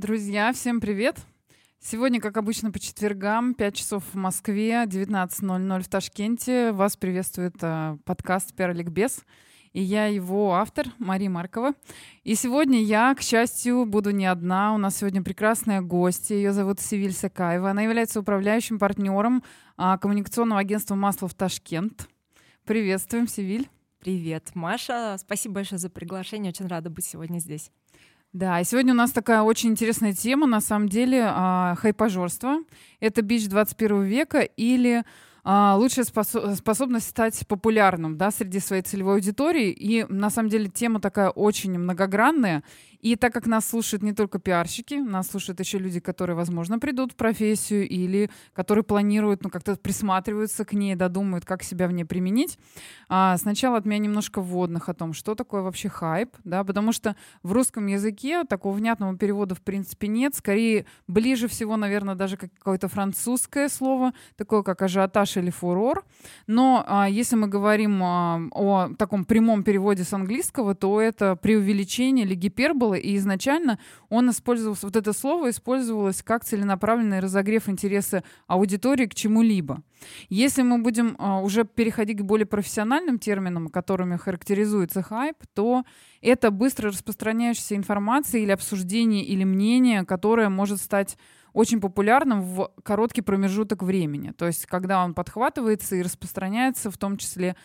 Друзья, всем привет! Сегодня, как обычно, по четвергам, 5 часов в Москве, 19:00 в Ташкенте. Вас приветствует подкаст «Пиар-ликбез». И я его автор, Мария Маркова. И сегодня я, к счастью, буду не одна. У нас сегодня прекрасная гостья. Ее зовут Севиль Сакаева. Она является управляющим партнером коммуникационного агентства «Маслов Ташкент». Приветствуем, Севиль. Привет, Маша. Спасибо большое за приглашение. Очень рада быть сегодня здесь. Да, и сегодня у нас такая очень интересная тема, на самом деле, хайпажорство. Это бич 21 века или лучшая способность стать популярным, да, среди своей целевой аудитории. И на самом деле тема такая очень многогранная. И так как нас слушают не только пиарщики, нас слушают еще люди, которые, возможно, придут в профессию или которые планируют, как-то присматриваются к ней, додумают, как себя в ней применить. Сначала от меня немножко вводных о том, что такое вообще хайп, да, потому что в русском языке такого внятного перевода в принципе нет. Скорее, ближе всего, наверное, даже какое-то французское слово, такое как ажиотаж или фурор. Но если мы говорим о таком прямом переводе с английского, то это преувеличение или гипербола, и изначально он использовался, вот это слово использовалось как целенаправленный разогрев интереса аудитории к чему-либо. Если мы будем уже переходить к более профессиональным терминам, которыми характеризуется хайп, то это быстро распространяющаяся информация или обсуждение, или мнение, которое может стать очень популярным в короткий промежуток времени. То есть когда он подхватывается и распространяется, в том числе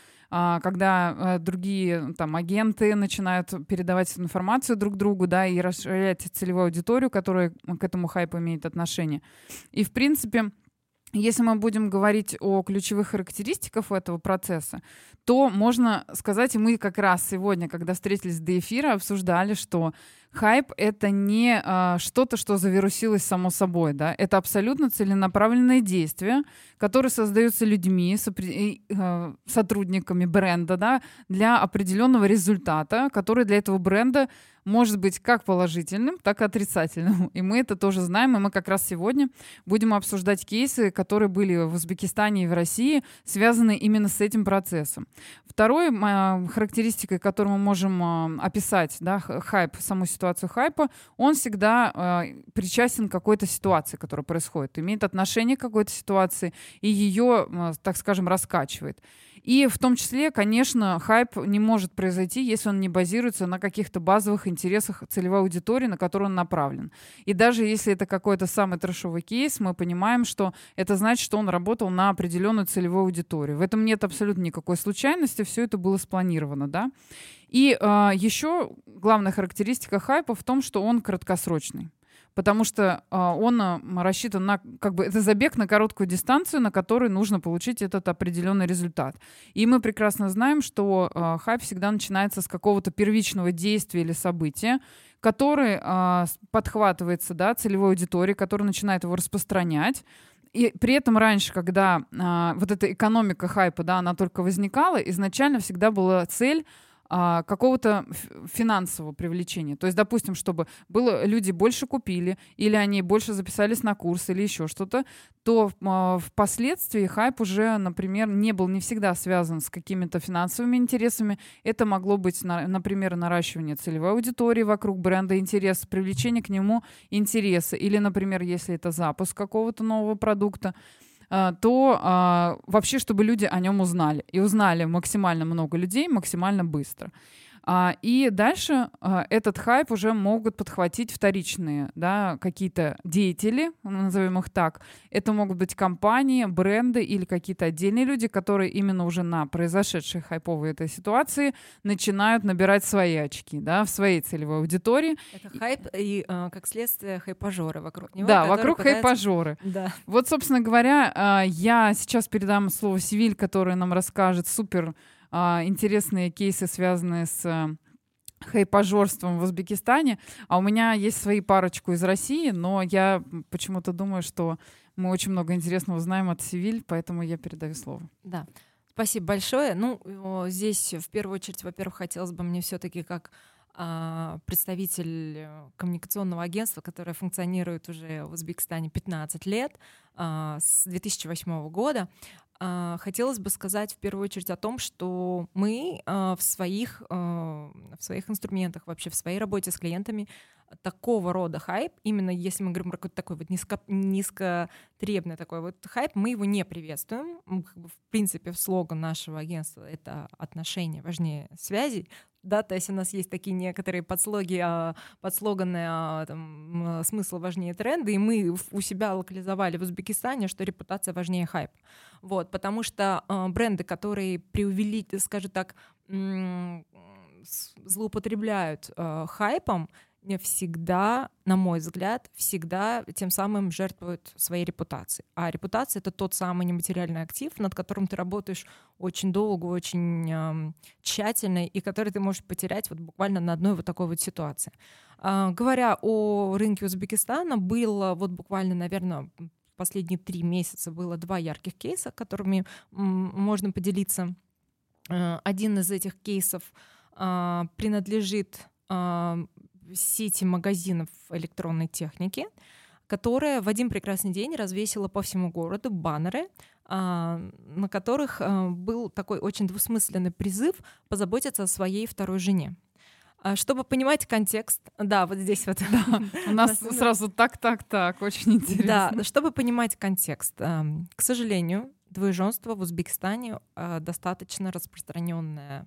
когда другие там агенты начинают передавать информацию друг другу, да, и расширять целевую аудиторию, которая к этому хайпу имеет отношение. И, в принципе, если мы будем говорить о ключевых характеристиках этого процесса, то можно сказать, и мы как раз сегодня, когда встретились до эфира, обсуждали, что хайп — это не что-то, что завирусилось само собой, да, это абсолютно целенаправленное действие, которое создается людьми, сотрудниками бренда, да, для определенного результата, который для этого бренда может быть как положительным, так и отрицательным. И мы это тоже знаем, и мы как раз сегодня будем обсуждать кейсы, которые были в Узбекистане и в России, связанные именно с этим процессом. Второй характеристикой, которую мы можем описать, да, хайп, саму ситуацию хайпа, он всегда причастен к какой-то ситуации, которая происходит, имеет отношение к какой-то ситуации и ее, так скажем, раскачивает. И в том числе, конечно, хайп не может произойти, если он не базируется на каких-то базовых интересах целевой аудитории, на которую он направлен. И даже если это какой-то самый трэшовый кейс, мы понимаем, что это значит, что он работал на определенную целевую аудиторию. В этом нет абсолютно никакой случайности, все это было спланировано, да. И еще главная характеристика хайпа в том, что он краткосрочный. Потому что он рассчитан на, это забег на короткую дистанцию, на которой нужно получить этот определенный результат. И мы прекрасно знаем, что хайп всегда начинается с какого-то первичного действия или события, который подхватывается, да, целевой аудиторией, которая начинает его распространять. И при этом раньше, когда вот эта экономика хайпа, да, она только возникала, изначально всегда была цель какого-то финансового привлечения. То есть, допустим, чтобы люди больше купили, или они больше записались на курс, или еще что-то, то впоследствии хайп уже, например, не был не всегда связан с какими-то финансовыми интересами. Это могло быть, например, наращивание целевой аудитории вокруг бренда, интерес, привлечение к нему интереса. Или, например, если это запуск какого-то нового продукта, то вообще, чтобы люди о нем узнали. И узнали максимально много людей максимально быстро. И дальше этот хайп уже могут подхватить вторичные, да, какие-то деятели, назовем их так. Это могут быть компании, бренды или какие-то отдельные люди, которые именно уже на произошедшей хайповой этой ситуации начинают набирать свои очки, да, в своей целевой аудитории. Это хайп и, как следствие, хайпажоры вокруг него. Да, вокруг хайпажоры. Да. Вот, собственно говоря, я сейчас передам слово Севиль, которая нам расскажет супер интересные кейсы, связанные с хайпажорством в Узбекистане. А у меня есть свои парочку из России, но я почему-то думаю, что мы очень много интересного узнаем от Севиль, поэтому я передаю слово. Да, спасибо большое. Ну, здесь в первую очередь, во-первых, хотелось бы мне все-таки как представитель коммуникационного агентства, которое функционирует уже в Узбекистане 15 лет, с 2008 года, хотелось бы сказать в первую очередь о том, что мы в своих инструментах, вообще в своей работе с клиентами такого рода хайп, именно если мы говорим про какой-то такой вот низкотребный такой вот хайп, мы его не приветствуем. Как бы, в принципе, слоган нашего агентства — это «Отношения важнее связей». Да, то есть у нас есть такие некоторые подслоганы «Смысл важнее тренда», и мы у себя локализовали в Узбекистане, что репутация важнее хайп. Вот, потому что бренды, которые скажем так, злоупотребляют хайпом, не всегда, на мой взгляд, всегда тем самым жертвуют своей репутацией. А репутация — это тот самый нематериальный актив, над которым ты работаешь очень долго, очень тщательно, и который ты можешь потерять вот буквально на одной вот такой вот ситуации. Говоря о рынке Узбекистана, было вот буквально, наверное, последние 3 месяца было 2 ярких кейса, которыми можно поделиться. Один из этих кейсов принадлежит сети магазинов электронной техники, которая в один прекрасный день развесила по всему городу баннеры, на которых был такой очень двусмысленный призыв позаботиться о своей второй жене. Чтобы понимать контекст, да, вот здесь вот. Да, у нас сразу так, очень интересно. Да, чтобы понимать контекст. К сожалению, двоеженство в Узбекистане достаточно распространенная,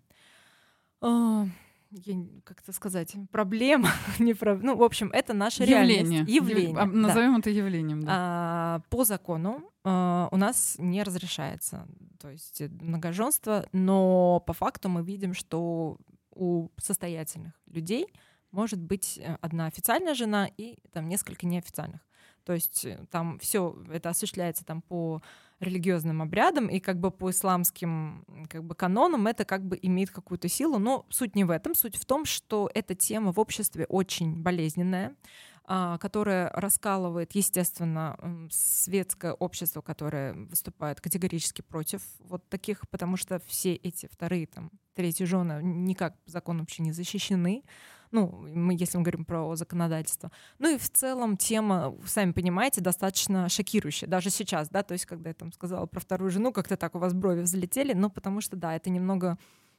как это сказать, проблема. Ну, в общем, это наша реальность. Явление. Назовем это явлением. Да. По закону у нас не разрешается, то есть многоженство, но по факту мы видим, что у состоятельных людей может быть одна официальная жена и там несколько неофициальных. То есть там все это осуществляется там по религиозным обрядам и как бы по исламским как бы канонам это как бы имеет какую-то силу, но суть не в этом, суть в том, что эта тема в обществе очень болезненная, которая раскалывает, естественно, светское общество, которое выступает категорически против вот таких, потому что все эти вторые, там, третьи жены никак по закону вообще не защищены. Ну, если мы говорим про законодательство. Ну и в целом тема, сами понимаете, достаточно шокирующая. Даже сейчас, да, то есть когда я там сказала про вторую жену, как-то так у вас брови взлетели, но потому что, да, это немного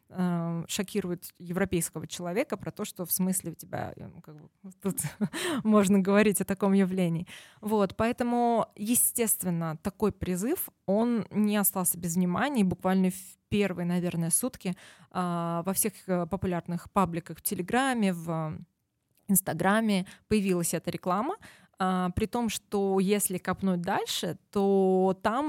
шокирует европейского человека про то, что в смысле у тебя как бы, тут можно говорить о таком явлении. Вот, поэтому, естественно, такой призыв, он не остался без внимания, и буквально в первые, наверное, сутки во всех популярных пабликах в Телеграме, в Инстаграме появилась эта реклама, при том, что если копнуть дальше, то там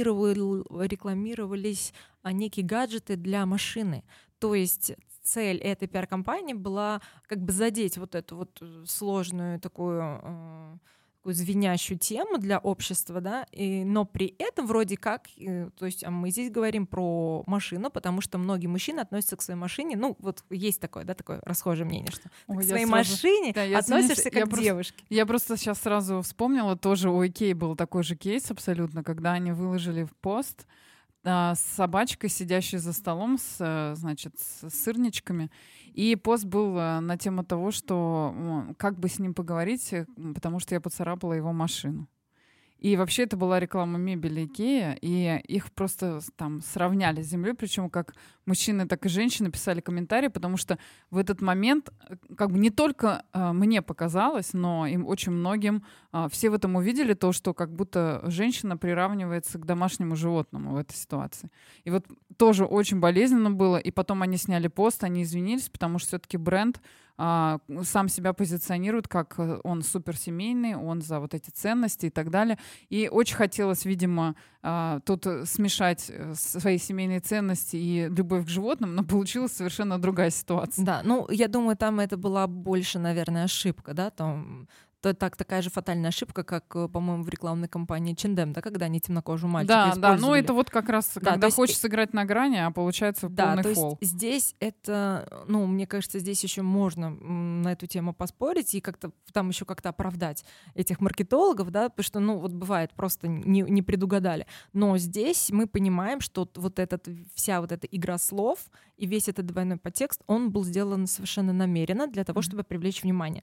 рекламировались некие гаджеты для машины. То есть цель этой пиар-компании была как бы задеть вот эту вот сложную такую звенящую тему для общества, да, но при этом вроде как, то есть мы здесь говорим про машину, потому что многие мужчины относятся к своей машине, ну вот есть такое, да, такое расхожее мнение, что к своей машине относишься как к девушке. Я просто сейчас сразу вспомнила, тоже у Икеи был такой же кейс абсолютно, когда они выложили в пост с собачкой, сидящей за столом, значит, с сырничками. И пост был на тему того, что как бы с ним поговорить, потому что я поцарапала его машину. И вообще это была реклама мебели Икея, и их просто там сравняли с землей, причем как мужчины, так и женщины писали комментарии, потому что в этот момент как бы не только мне показалось, но им очень многим все в этом увидели то, что как будто женщина приравнивается к домашнему животному в этой ситуации. И вот тоже очень болезненно было, и потом они сняли пост, они извинились, потому что все-таки бренд сам себя позиционирует как он суперсемейный, он за вот эти ценности и так далее. И очень хотелось, видимо, тут смешать свои семейные ценности и любовь к животным, но получилась совершенно другая ситуация. Да, ну, я думаю, там это была больше, наверное, ошибка, да, там... такая же фатальная ошибка, как, по-моему, в рекламной кампании H&M, да, когда они темнокожего мальчика использовали. Да, ну это вот как раз, да, когда хочешь сыграть на грани, а получается полный фол. То есть здесь это, ну, мне кажется, здесь еще можно на эту тему поспорить и как-то там еще как-то оправдать этих маркетологов, да, потому что, ну, вот бывает, просто не предугадали. Но здесь мы понимаем, что вот вся вот эта игра слов и весь этот двойной подтекст, он был сделан совершенно намеренно для того, чтобы привлечь внимание.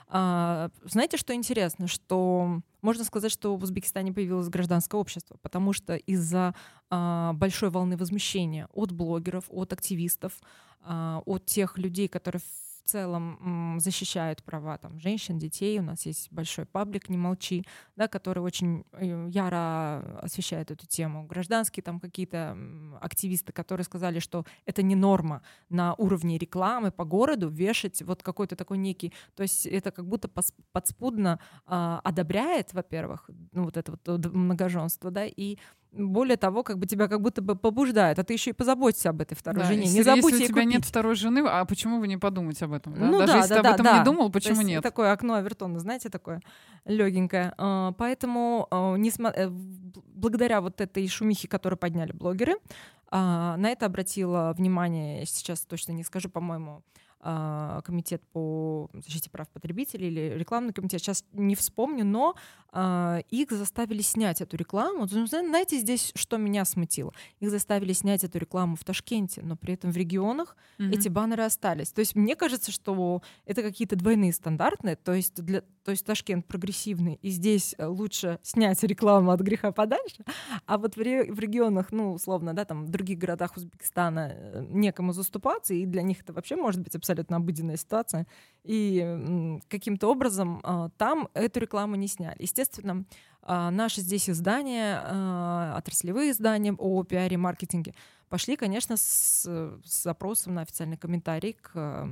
Знаете, что интересно? Что можно сказать, что в Узбекистане появилось гражданское общество, потому что из-за большой волны возмущения от блогеров, от активистов, от тех людей, которые целом защищают права там, женщин, детей. У нас есть большой паблик «Не молчи», да, который очень яро освещает эту тему. Гражданские там какие-то активисты, которые сказали, что это не норма на уровне рекламы по городу вешать вот какой-то такой некий... То есть это как будто подспудно одобряет, во-первых, ну, вот это вот многоженство, да, и более того, как бы тебя как будто бы побуждает, а ты еще и позаботься об этой второй жене. Не забудь если ей у тебя купить. нет второй жены, а почему бы не подумать об этом? Да? Ну, Даже если ты об этом не думал, То почему есть нет? Такое окно Авертона, знаете, такое легенькое. Поэтому благодаря вот этой шумихе, которую подняли блогеры, на это обратила внимание, я сейчас точно не скажу, по-моему, комитет по защите прав потребителей или рекламный комитет, сейчас не вспомню, но их заставили снять эту рекламу. Знаете, здесь что меня смутило? Их заставили снять эту рекламу в Ташкенте, но при этом в регионах эти баннеры остались. То есть мне кажется, что это какие-то двойные стандарты, то есть Ташкент прогрессивный, и здесь лучше снять рекламу от греха подальше, а вот в регионах, ну, условно, да, там в других городах Узбекистана некому заступаться, и для них это вообще может быть абсолютно обыденная ситуация, и каким-то образом там эту рекламу не сняли. Естественно, наши здесь издания, отраслевые издания о пиаре и маркетинге пошли, конечно, с запросом на официальный комментарий к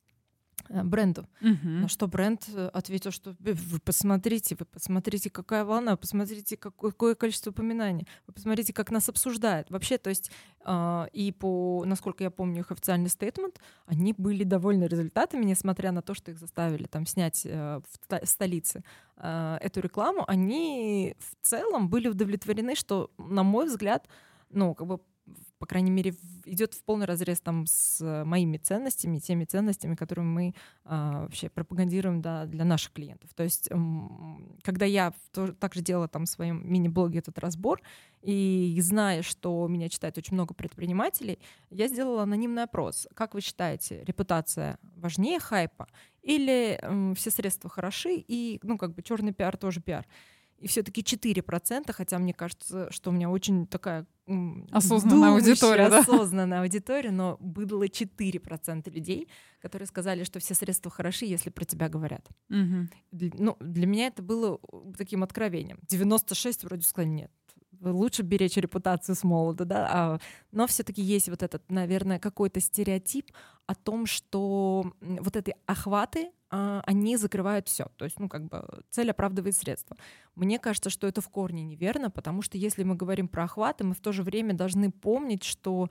бренду. На что бренд ответил, что вы посмотрите, какая волна, посмотрите, какое количество упоминаний, вы посмотрите, как нас обсуждают. Вообще, то есть, и насколько я помню их официальный стейтмент, они были довольны результатами, несмотря на то, что их заставили там снять в столице эту рекламу, они в целом были удовлетворены, что, на мой взгляд, ну, как бы, по крайней мере, идет в полный разрез там с моими ценностями, теми ценностями, которые мы вообще пропагандируем, да, для наших клиентов. То есть, когда я также делала там в своем мини-блоге этот разбор, и зная, что меня читает очень много предпринимателей, я сделала анонимный опрос. Как вы считаете, репутация важнее хайпа или все средства хороши, и, ну, как бы черный пиар тоже пиар? И все-таки 4%, хотя мне кажется, что у меня очень такая осознанная аудитория, да? Осознанная аудитория, но было 4% людей, которые сказали, что все средства хороши, если про тебя говорят. Угу. Ну, для меня это было таким откровением. 96% вроде сказали нет. Лучше беречь репутацию с молода, да, но все-таки есть вот этот, наверное, какой-то стереотип о том, что вот эти охваты, они закрывают все. То есть, ну, как бы цель оправдывает средства. Мне кажется, что это в корне неверно, потому что если мы говорим про охваты, мы в то же время должны помнить, что,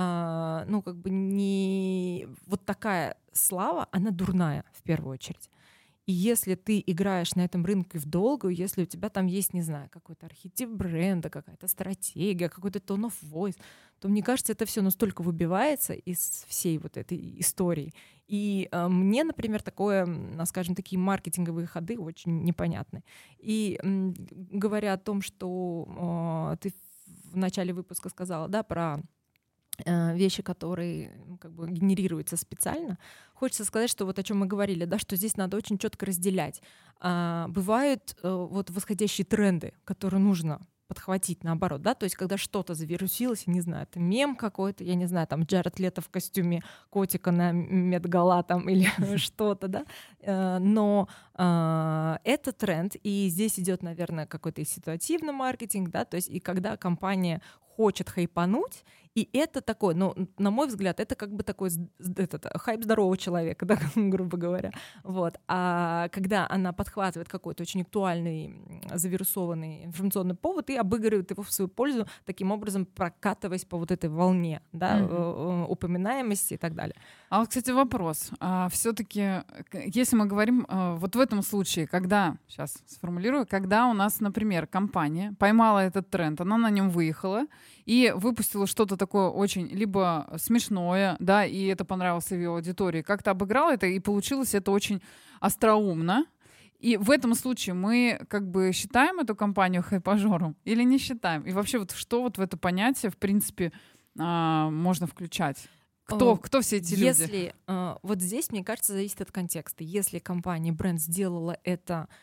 ну, как бы не вот такая слава, она дурная в первую очередь. И если ты играешь на этом рынке в долгую, если у тебя там есть, не знаю, какой-то архетип бренда, какая-то стратегия, какой-то tone of voice, то, мне кажется, это все настолько выбивается из всей вот этой истории. И мне, например, такое, скажем, такие маркетинговые ходы очень непонятны. И говоря о том, что ты в начале выпуска сказала, да, про вещи, которые как бы генерируются специально. Хочется сказать, что вот о чем мы говорили, да, что здесь надо очень четко разделять. Бывают вот восходящие тренды, которые нужно подхватить наоборот, да, то есть когда что-то завирусилось, не знаю, это мем какой-то, я не знаю, там Джаред Лето в костюме котика на Met-Gala там или что-то, да, но это тренд, и здесь идет, наверное, какой-то ситуативный маркетинг, да, то есть и когда компания хочет хайпануть, и это такой, ну, на мой взгляд, это как бы такой хайп здорового человека, да, грубо говоря. Вот. А когда она подхватывает какой-то очень актуальный, завирусованный информационный повод и обыгрывает его в свою пользу, таким образом прокатываясь по вот этой волне, да, упоминаемости и так далее. А вот, кстати, вопрос. Все-таки, если мы говорим вот в этом случае, когда, сейчас сформулирую, когда у нас, например, компания поймала этот тренд, она на нем выехала и выпустила что-то такое очень либо смешное, да, и это понравилось ее аудитории, как-то обыграла это, и получилось это очень остроумно. И в этом случае мы как бы считаем эту компанию хайпажором или не считаем? И вообще вот что вот в это понятие, в принципе, можно включать? Кто все эти люди? Если вот здесь, мне кажется, зависит от контекста. Если компания, бренд сделала это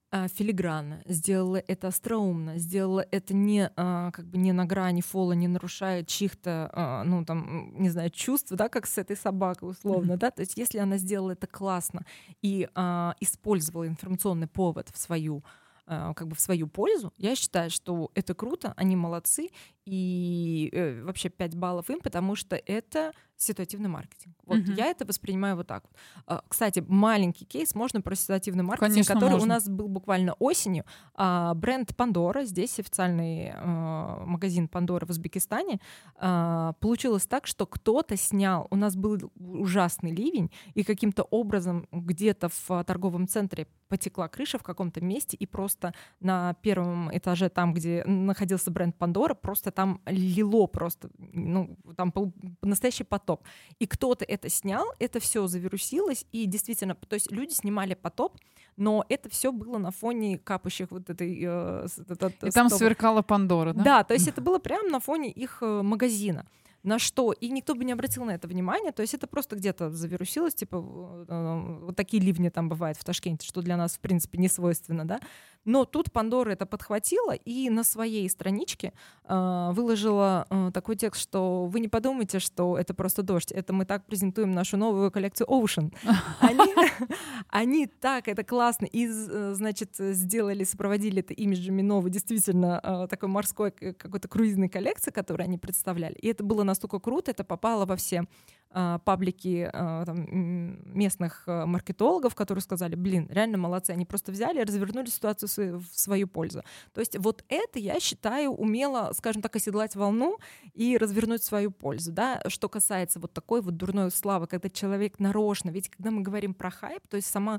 филигранно, сделала это остроумно, сделала это не как бы не на грани фола, не нарушая чьих-то, ну там, не знаю, чувств, да, как с этой собакой условно, да, то есть если она сделала это классно и использовала информационный повод в свою как бы в свою пользу, я считаю, что это круто, они молодцы, и вообще 5 баллов им, потому что это ситуативный маркетинг. Вот я это воспринимаю вот так вот. Кстати, маленький кейс можно про ситуативный маркетинг, Конечно, который можно. у нас был буквально осенью. Бренд Pandora, здесь официальный магазин Pandora в Узбекистане, получилось так, что кто-то снял, у нас был ужасный ливень, и каким-то образом где-то в торговом центре потекла крыша в каком-то месте, и просто на первом этаже, там, где находился бренд Pandora, просто там лило просто, ну, там был настоящий потоп. И кто-то это снял, это все завирусилось, и действительно, то есть люди снимали потоп, но это все было на фоне капающих вот этой... И там сверкала Пандора, да? Да, то есть это было прямо на фоне их магазина. На что? И никто бы не обратил на это внимания, то есть это просто где-то завирусилось, типа вот такие ливни там бывают в Ташкенте, что для нас, в принципе, не свойственно, да. Но тут Pandora это подхватила и на своей страничке выложила такой текст, что вы не подумайте, что это просто дождь, это мы так презентуем нашу новую коллекцию Ocean. Они так это классно и, значит, сделали, сопроводили это имиджами новой, действительно, такой морской какой-то круизной коллекции, которую они представляли. И это было настолько круто, это попало во все паблики там, местных маркетологов, которые сказали, блин, реально молодцы, они просто взяли и развернули ситуацию в свою пользу. То есть вот это, я считаю, умело, скажем так, оседлать волну и развернуть в свою пользу. Да? Что касается вот такой вот дурной славы, когда человек нарочно, ведь когда мы говорим про хайп, то есть сам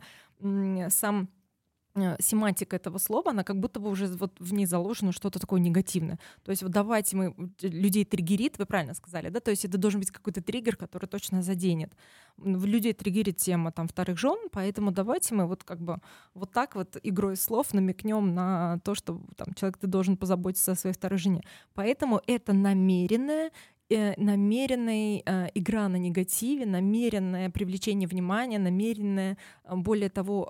семантика этого слова, она как будто бы уже вот в ней заложено что-то такое негативное. То есть вот давайте мы людей триггерит, вы правильно сказали, да, то есть это должен быть какой-то триггер, который точно заденет. Людей триггерит тема там вторых жен, поэтому давайте мы вот как бы вот так вот игрой слов намекнем на то, что там человек ты должен позаботиться о своей второй жене. Поэтому это намеренная игра на негативе, намеренное привлечение внимания, намеренное, более того,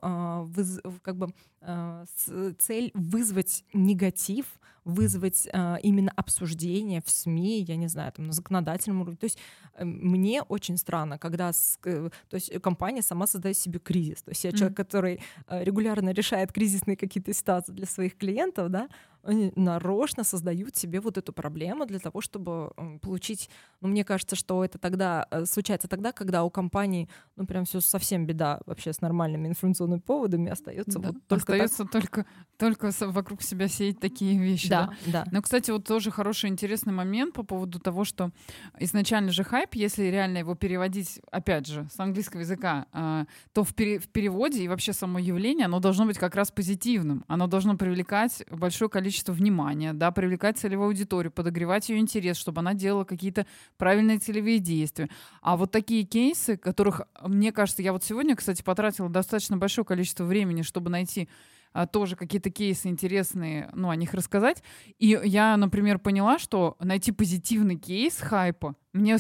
цель вызвать негатив, вызвать именно обсуждение в СМИ, я не знаю, там, на законодательном уровне. То есть мне очень странно, когда то есть компания сама создает себе кризис. То есть я человек, который регулярно решает кризисные какие-то ситуации для своих клиентов, да, они нарочно создают себе вот эту проблему для того, чтобы получить... Ну, мне кажется, что это тогда случается тогда, когда у компании, ну, прям все совсем беда вообще с нормальными информационными поводами, остается да, вот только вокруг себя сеять такие вещи. Да. Но, кстати, вот тоже хороший, интересный момент по поводу того, что изначально же хайп, если реально его переводить, опять же, с английского языка, то в переводе и вообще само явление, оно должно быть как раз позитивным. Оно должно привлекать большое количество внимания, да, привлекать целевую аудиторию, подогревать ее интерес, чтобы она делала какие-то правильные целевые действия. А вот такие кейсы, которых, мне кажется, я вот сегодня, кстати, потратила достаточно большое количество времени, чтобы найти тоже какие-то кейсы интересные, ну, о них рассказать. И я, например, поняла, что найти позитивный кейс хайпа у меня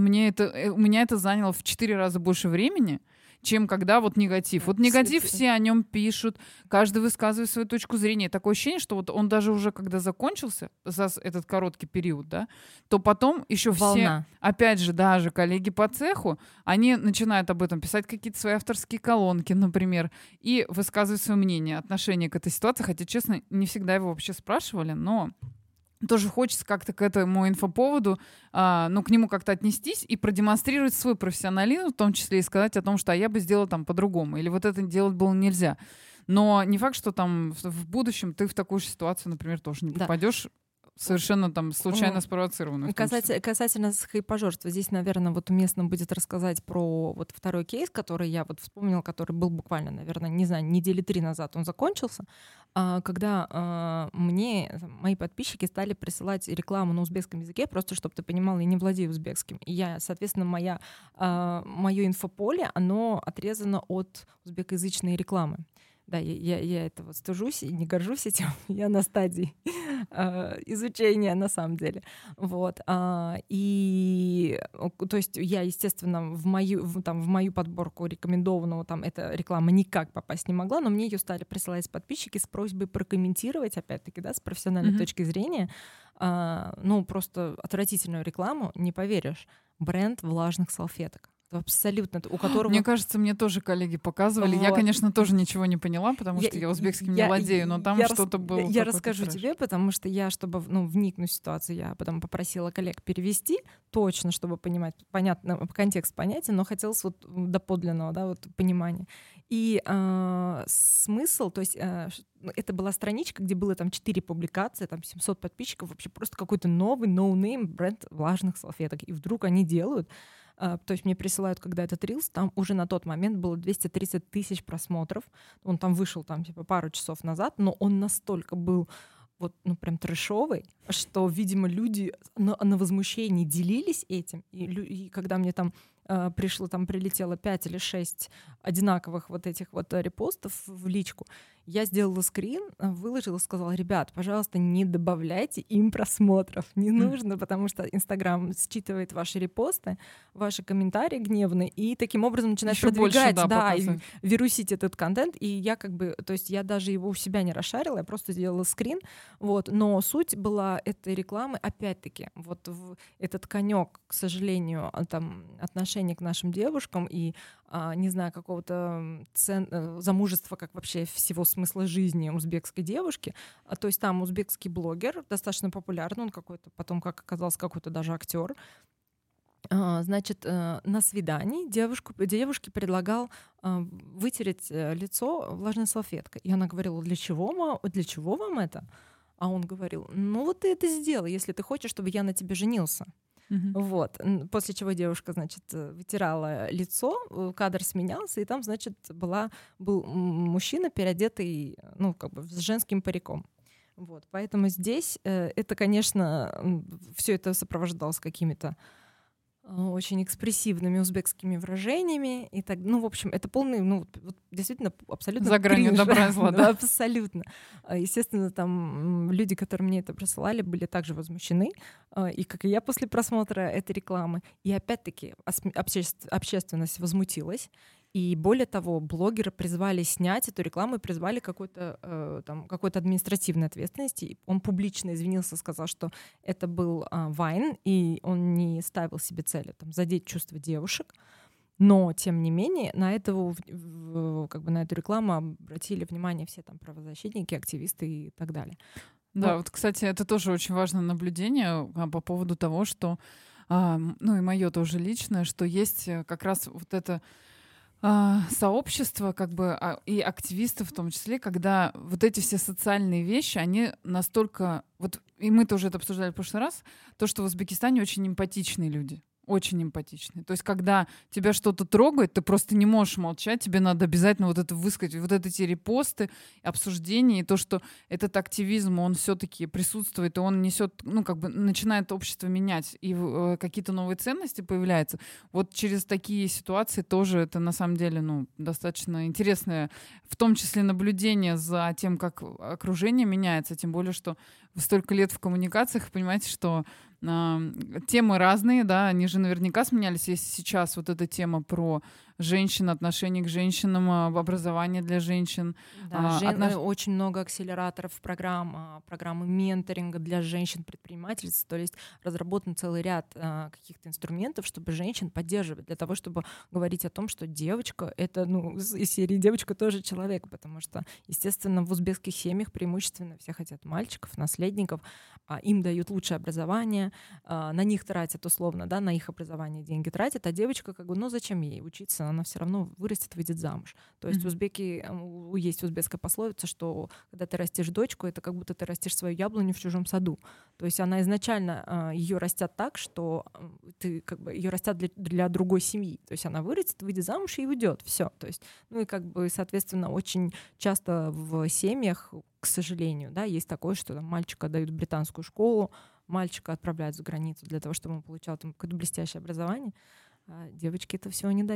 это заняло в 4 раза больше времени, чем когда вот негатив. Вот негатив все о нем пишут, каждый высказывает свою точку зрения. Такое ощущение, что вот он даже уже когда закончился за этот короткий период, да, то потом еще все, опять же, даже коллеги по цеху, они начинают об этом писать какие-то свои авторские колонки, например, и высказывать свое мнение, отношение к этой ситуации, хотя, честно, не всегда его вообще спрашивали, но тоже хочется как-то к этому инфоповоду, ну, к нему как-то отнестись и продемонстрировать свой профессионализм, в том числе и сказать о том, что я бы сделала там по-другому, или вот это делать было нельзя. Но не факт, что там в будущем ты в такую же ситуацию, например, тоже не попадешь. Совершенно там случайно спровоцированную. Касательно хайпажорства, здесь, наверное, вот уместно будет рассказать про вот второй кейс, который я вот вспомнила, который был буквально, наверное, не знаю, недели 3 назад он закончился, когда мне мои подписчики стали присылать рекламу на узбекском языке, просто чтобы ты понимала, я не владею узбекским. И я, соответственно, мое инфополе, оно отрезано от узбекоязычной рекламы. Да, я этого стыжусь и не горжусь этим. Я на стадии изучения на самом деле. Вот. И, то есть я, естественно, в мою подборку рекомендованного там эта реклама никак попасть не могла, но мне ее стали присылать подписчики с просьбой прокомментировать, опять-таки, да, с профессиональной точки зрения. Просто отвратительную рекламу, не поверишь. Бренд влажных салфеток. Абсолютно, у которого... Мне кажется, мне тоже коллеги показывали. Вот. Я, конечно, тоже ничего не поняла, потому что я узбекским не владею, но там что-то было. Я расскажу тебе, потому что я, чтобы вникнуть в ситуацию, я потом попросила коллег перевести точно, чтобы понимать, понятно, контекст понятен, но хотелось вот доподлинного, да, вот понимания. И смысл, то есть это была страничка, где было там 4 публикации, там 700 подписчиков, вообще просто какой-то новый ноунейм бренд влажных салфеток. И вдруг они делают. То есть мне присылают, когда этот рилс, там уже на тот момент было 230 тысяч просмотров. Он там вышел пару часов назад, но он настолько был прям трэшовый, что, видимо, люди на возмущении делились этим. И когда мне прилетело 5 или 6 одинаковых вот этих вот репостов в личку, я сделала скрин, выложила, сказала: ребят, пожалуйста, не добавляйте им просмотров. Не нужно, потому что Инстаграм считывает ваши репосты, ваши комментарии гневные, и таким образом начинает ещё продвигать, больше, и вирусить этот контент. И я то есть я даже его у себя не расшарила, я просто сделала скрин. Но суть была этой рекламы, опять-таки, этот конек, к сожалению, отношение к нашим девушкам и, не знаю, какого-то замужества, как вообще всего смысла жизни узбекской девушки. То есть там узбекский блогер, достаточно популярный, он какой-то, потом, как оказалось, какой-то даже актер. Значит, на свидании девушке предлагал вытереть лицо влажной салфеткой. И она говорила: для чего вам это? А он говорил: ты это сделай, если ты хочешь, чтобы я на тебе женился. После чего девушка, значит, вытирала лицо, кадр сменялся, и там, значит, был мужчина, переодетый, с женским париком. Поэтому здесь это, конечно, все это сопровождалось какими-то очень экспрессивными узбекскими выражениями. И так, в общем, это полный, действительно, абсолютно за гранью кринж. добра и зла, да, абсолютно. Естественно, там люди, которые мне это присылали, были также возмущены, и как и я после просмотра этой рекламы. И опять-таки общественность возмутилась. И более того, блогеры призвали снять эту рекламу и призвали какой-то административной ответственности. Он публично извинился, сказал, что это был вайн, и он не ставил себе цели задеть чувства девушек. Но, тем не менее, на эту рекламу обратили внимание все правозащитники, активисты и так далее. Да, кстати, это тоже очень важное наблюдение по поводу того, что, и мое тоже личное, что есть как раз вот это сообщество, и активистов в том числе, когда вот эти все социальные вещи, они настолько... и мы тоже это обсуждали в прошлый раз, то, что в Узбекистане очень эмпатичные люди. Очень эмпатичные. То есть, когда тебя что-то трогает, ты просто не можешь молчать, тебе надо обязательно это высказать. Эти репосты, обсуждения, и то, что этот активизм, он все-таки присутствует, и он несет, начинает общество менять, и какие-то новые ценности появляются. Через такие ситуации тоже это на самом деле, достаточно интересное, в том числе наблюдение за тем, как окружение меняется, тем более, что вы столько лет в коммуникациях, понимаете, что темы разные, да, они же наверняка сменялись. Если сейчас эта тема про женщин, отношение к женщинам, образование для женщин. Да, очень много акселераторов программы менторинга для женщин-предпринимательниц, то есть разработан целый ряд каких-то инструментов, чтобы женщин поддерживать, для того, чтобы говорить о том, что девочка — это, из серии «девочка тоже человек», потому что, естественно, в узбекских семьях преимущественно все хотят мальчиков, наследников, им дают лучшее образование, на них тратят условно, да, на их образование деньги тратят, а девочка зачем ей учиться, она все равно вырастет, выйдет замуж. То есть есть узбекская пословица, что когда ты растишь дочку, это как будто ты растишь свою яблоню в чужом саду. То есть она изначально ее растят так, что ее растят для другой семьи. То есть она вырастет, выйдет замуж и уйдет. Все. То есть, соответственно, очень часто в семьях, к сожалению, да, есть такое, что мальчика дают в британскую школу, мальчика отправляют за границу для того, чтобы он получал какое-то блестящее образование, а девочки это всего не дают.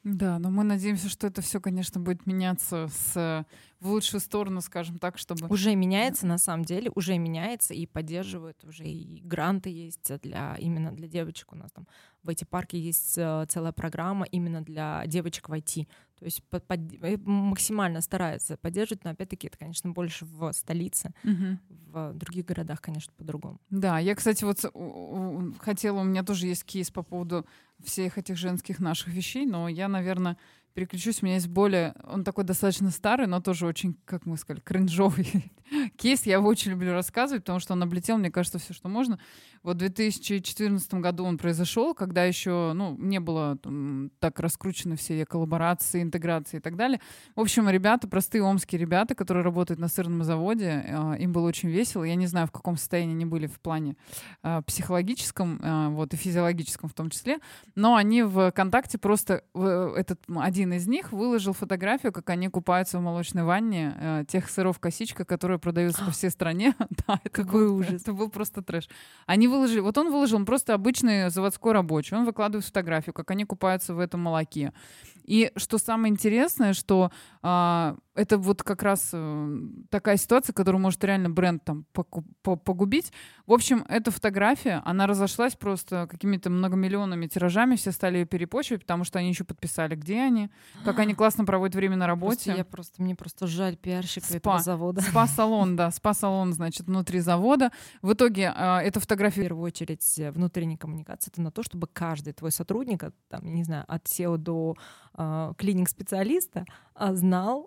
Да, но мы надеемся, что это все, конечно, будет меняться в лучшую сторону, скажем так, чтобы... Уже меняется, на самом деле, уже меняется и поддерживают, уже и гранты есть именно для девочек. У нас там в IT-парке есть целая программа именно для девочек в IT. То есть максимально стараются поддерживать, но опять-таки это, конечно, больше в столице. Мгм. В других городах, конечно, по-другому. Да, я, кстати, вот хотела, у меня тоже есть кейс по поводу всех этих женских наших вещей, но я, наверное, переключусь. У меня есть он такой достаточно старый, но тоже очень, как мы сказали, кринжовый кейс. Я его очень люблю рассказывать, потому что он облетел, мне кажется, все, что можно. Вот в 2014 году он произошел, когда еще, не было так раскручены все коллаборации, интеграции и так далее. В общем, ребята, простые омские ребята, которые работают на сырном заводе, им было очень весело. Я не знаю, в каком состоянии они были в плане психологическом, вот, и физиологическом в том числе, но они в ВКонтакте просто, один из них выложил фотографию, как они купаются в молочной ванне тех сыров «Косичка», которые продаются по всей стране. Да, Какой ужас. Это был просто трэш. Он выложил просто обычный заводской рабочий. Он выкладывает фотографию, как они купаются в этом молоке. И что самое интересное, что это вот как раз такая ситуация, которая может реально бренд там погубить. В общем, эта фотография, она разошлась просто какими-то многомиллионными тиражами, все стали ее перепощивать, потому что они еще подписали, где они, как они классно проводят время на работе. Мне просто жаль пиарщика этого завода. Спа-салон, да, спа-салон, значит, внутри завода. В итоге эта фотография... В первую очередь внутренняя коммуникация — это на то, чтобы каждый твой сотрудник, там, не знаю, от SEO до клининг-специалиста знал,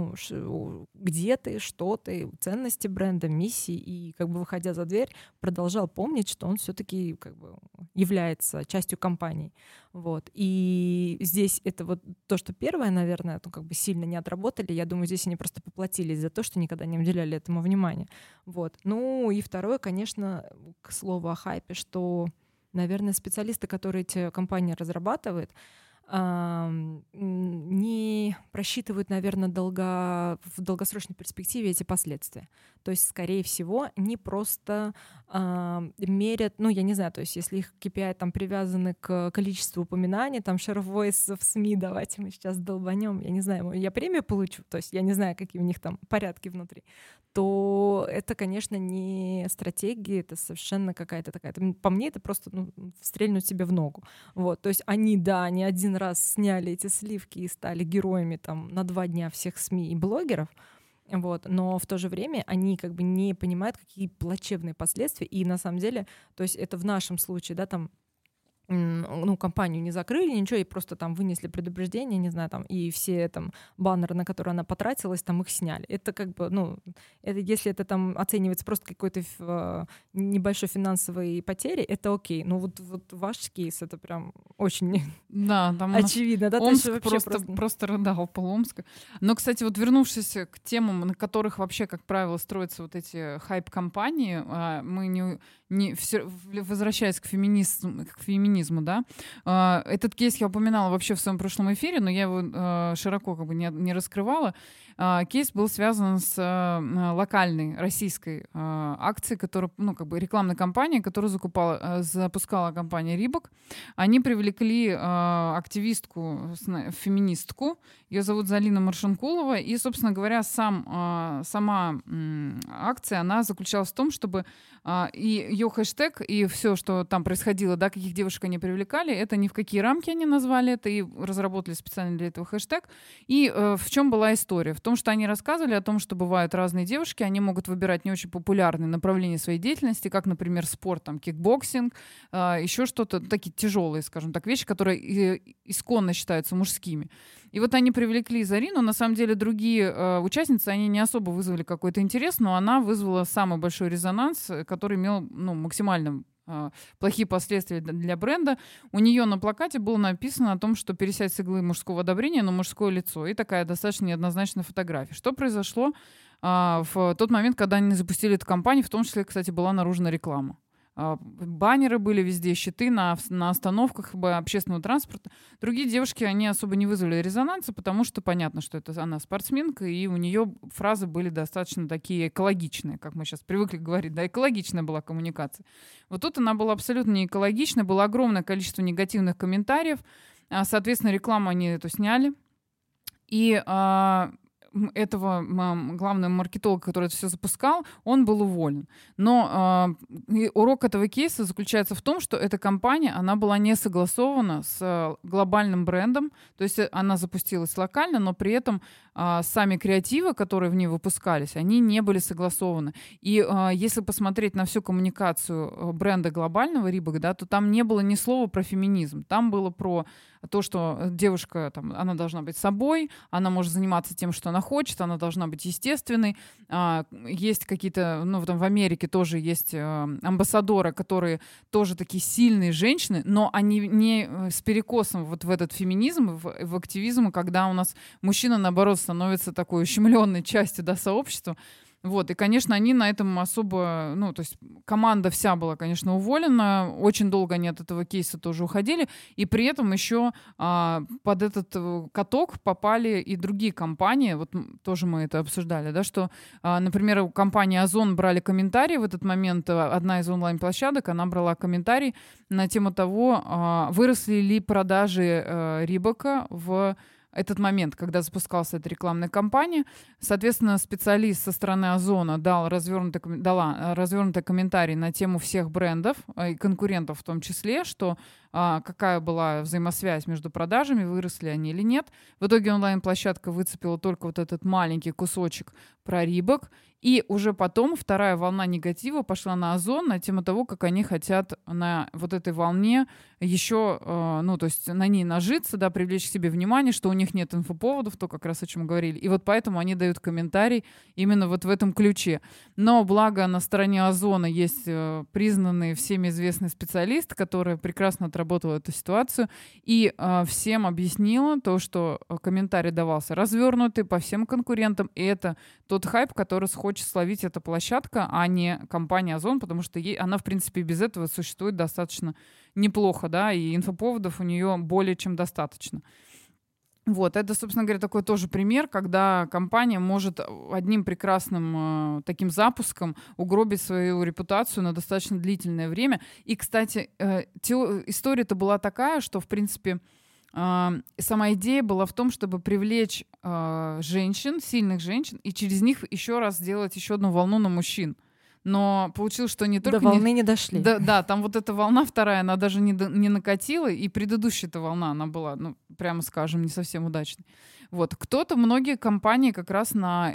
где ты, что ты, ценности бренда, миссии, и как бы выходя за дверь, продолжал помнить, что он все-таки как бы является частью компании. Вот. И здесь это вот то, что первое, наверное, как бы сильно не отработали. Я думаю, здесь они просто поплатились за то, что никогда не уделяли этому внимания. Вот. Ну и второе, конечно, к слову о хайпе, что, наверное, специалисты, которые эти компании разрабатывают, не просчитывают, наверное, в долгосрочной перспективе эти последствия. То есть, скорее всего, не просто мерят, я не знаю, то есть если их KPI там привязаны к количеству упоминаний, там share of voice в СМИ, давайте мы сейчас долбанем, я не знаю, я премию получу, то есть я не знаю, какие у них там порядки внутри, то это, конечно, не стратегия, это совершенно какая-то такая, по мне это просто стрельнуть себе в ногу. Вот, то есть они один раз сняли эти сливки и стали героями там на 2 дня всех СМИ и блогеров, вот, но в то же время они как бы не понимают, какие плачевные последствия, и на самом деле, то есть это в нашем случае, да, там, компанию не закрыли, ничего, и просто там вынесли предупреждение, не знаю, там, и все там баннеры, на которые она потратилась, там их сняли. Это как бы, это, если это там оценивается просто какой-то небольшой финансовой потери, это окей. Но вот ваш кейс, это прям очень там очевидно. Да, Омск просто рыдал, поломск. Но, кстати, вот вернувшись к темам, на которых вообще, как правило, строятся вот эти хайп-компании, мы возвращаясь к феминизму, да, этот кейс я упоминала вообще в своем прошлом эфире, но я его широко как бы не раскрывала. Кейс был связан с локальной российской акцией, которая, как бы рекламной кампанией, которую запускала компания Рибок. Они привлекли активистку, феминистку, ее зовут Залина Маршанкулова, и, собственно говоря, сама акция, она заключалась в том, чтобы и ее хэштег, и все, что там происходило, да, каких девушек они привлекали, это ни в какие рамки они назвали это, и разработали специально для этого хэштег. И в чем была история? В том, что они рассказывали о том, что бывают разные девушки, они могут выбирать не очень популярные направления своей деятельности, как, например, спорт, там, кикбоксинг, еще что-то, такие тяжелые, скажем так, вещи, которые исконно считаются мужскими. И вот они привлекли Зарину. На самом деле другие участницы, они не особо вызвали какой-то интерес, но она вызвала самый большой резонанс, который имел максимально плохие последствия для бренда. У нее на плакате было написано о том, что пересядь с иглы мужского одобрения на мужское лицо. И такая достаточно неоднозначная фотография. Что произошло в тот момент, когда они запустили эту кампанию, в том числе, кстати, была наружная реклама. Баннеры были везде, щиты на остановках общественного транспорта. Другие девушки, они особо не вызвали резонанса, потому что понятно, что это она спортсменка, и у нее фразы были достаточно такие экологичные, как мы сейчас привыкли говорить, да, экологичная была коммуникация. Вот тут она была абсолютно не экологичная, было огромное количество негативных комментариев. Соответственно, рекламу они эту сняли. И этого главного маркетолога, который это все запускал, он был уволен. Но урок этого кейса заключается в том, что эта компания, она была не согласована с глобальным брендом, то есть она запустилась локально, но при этом сами креативы, которые в ней выпускались, они не были согласованы. И если посмотреть на всю коммуникацию бренда глобального Reebok, да, то там не было ни слова про феминизм. Там было про то, что девушка, там, она должна быть собой, она может заниматься тем, что она хочет, она должна быть естественной. Есть какие-то, ну, там в Америке тоже есть амбассадоры, которые тоже такие сильные женщины, но они не с перекосом вот в этот феминизм, в активизм, когда у нас мужчина, наоборот, становится такой ущемленной частью, да, сообщества. Вот, и, конечно, они на этом особо, ну, то есть команда вся была, конечно, уволена, очень долго они от этого кейса тоже уходили, и при этом еще под этот каток попали и другие компании, вот тоже мы это обсуждали, да, что, например, у компании Озон брали комментарии в этот момент, одна из онлайн-площадок, она брала комментарий на тему того, выросли ли продажи Рибока в этот момент, когда запускалась эта рекламная кампания. Соответственно, специалист со стороны Озона дала развернутый комментарий на тему всех брендов и конкурентов в том числе, что какая была взаимосвязь между продажами, выросли они или нет. В итоге онлайн-площадка выцепила только вот этот маленький кусочек про Reebok. И уже потом вторая волна негатива пошла на Озон на тему того, как они хотят на вот этой волне еще, ну, то есть на ней нажиться, да, привлечь к себе внимание, что у них нет инфоповодов, то как раз о чем мы говорили. И вот поэтому они дают комментарий именно вот в этом ключе. Но благо на стороне Озона есть признанный всеми известный специалист, который прекрасно отработал эту ситуацию и всем объяснила то, что комментарий давался развернутый по всем конкурентам, и это тот хайп, который хочет словить эта площадка, а не компания Озон, потому что она, в принципе, без этого существует достаточно неплохо, да, и инфоповодов у нее более чем достаточно. Вот, это, собственно говоря, такой тоже пример, когда компания может одним прекрасным таким запуском угробить свою репутацию на достаточно длительное время. И, кстати, история-то была такая, что, в принципе, сама идея была в том, чтобы привлечь женщин, сильных женщин, и через них еще раз сделать еще одну волну на мужчин. Но получилось, что не только... До волны не дошли. Да, там вот эта волна вторая, она даже не накатила, и предыдущая-то волна, она была, ну, прямо скажем, не совсем удачной. Вот. Многие компании как раз на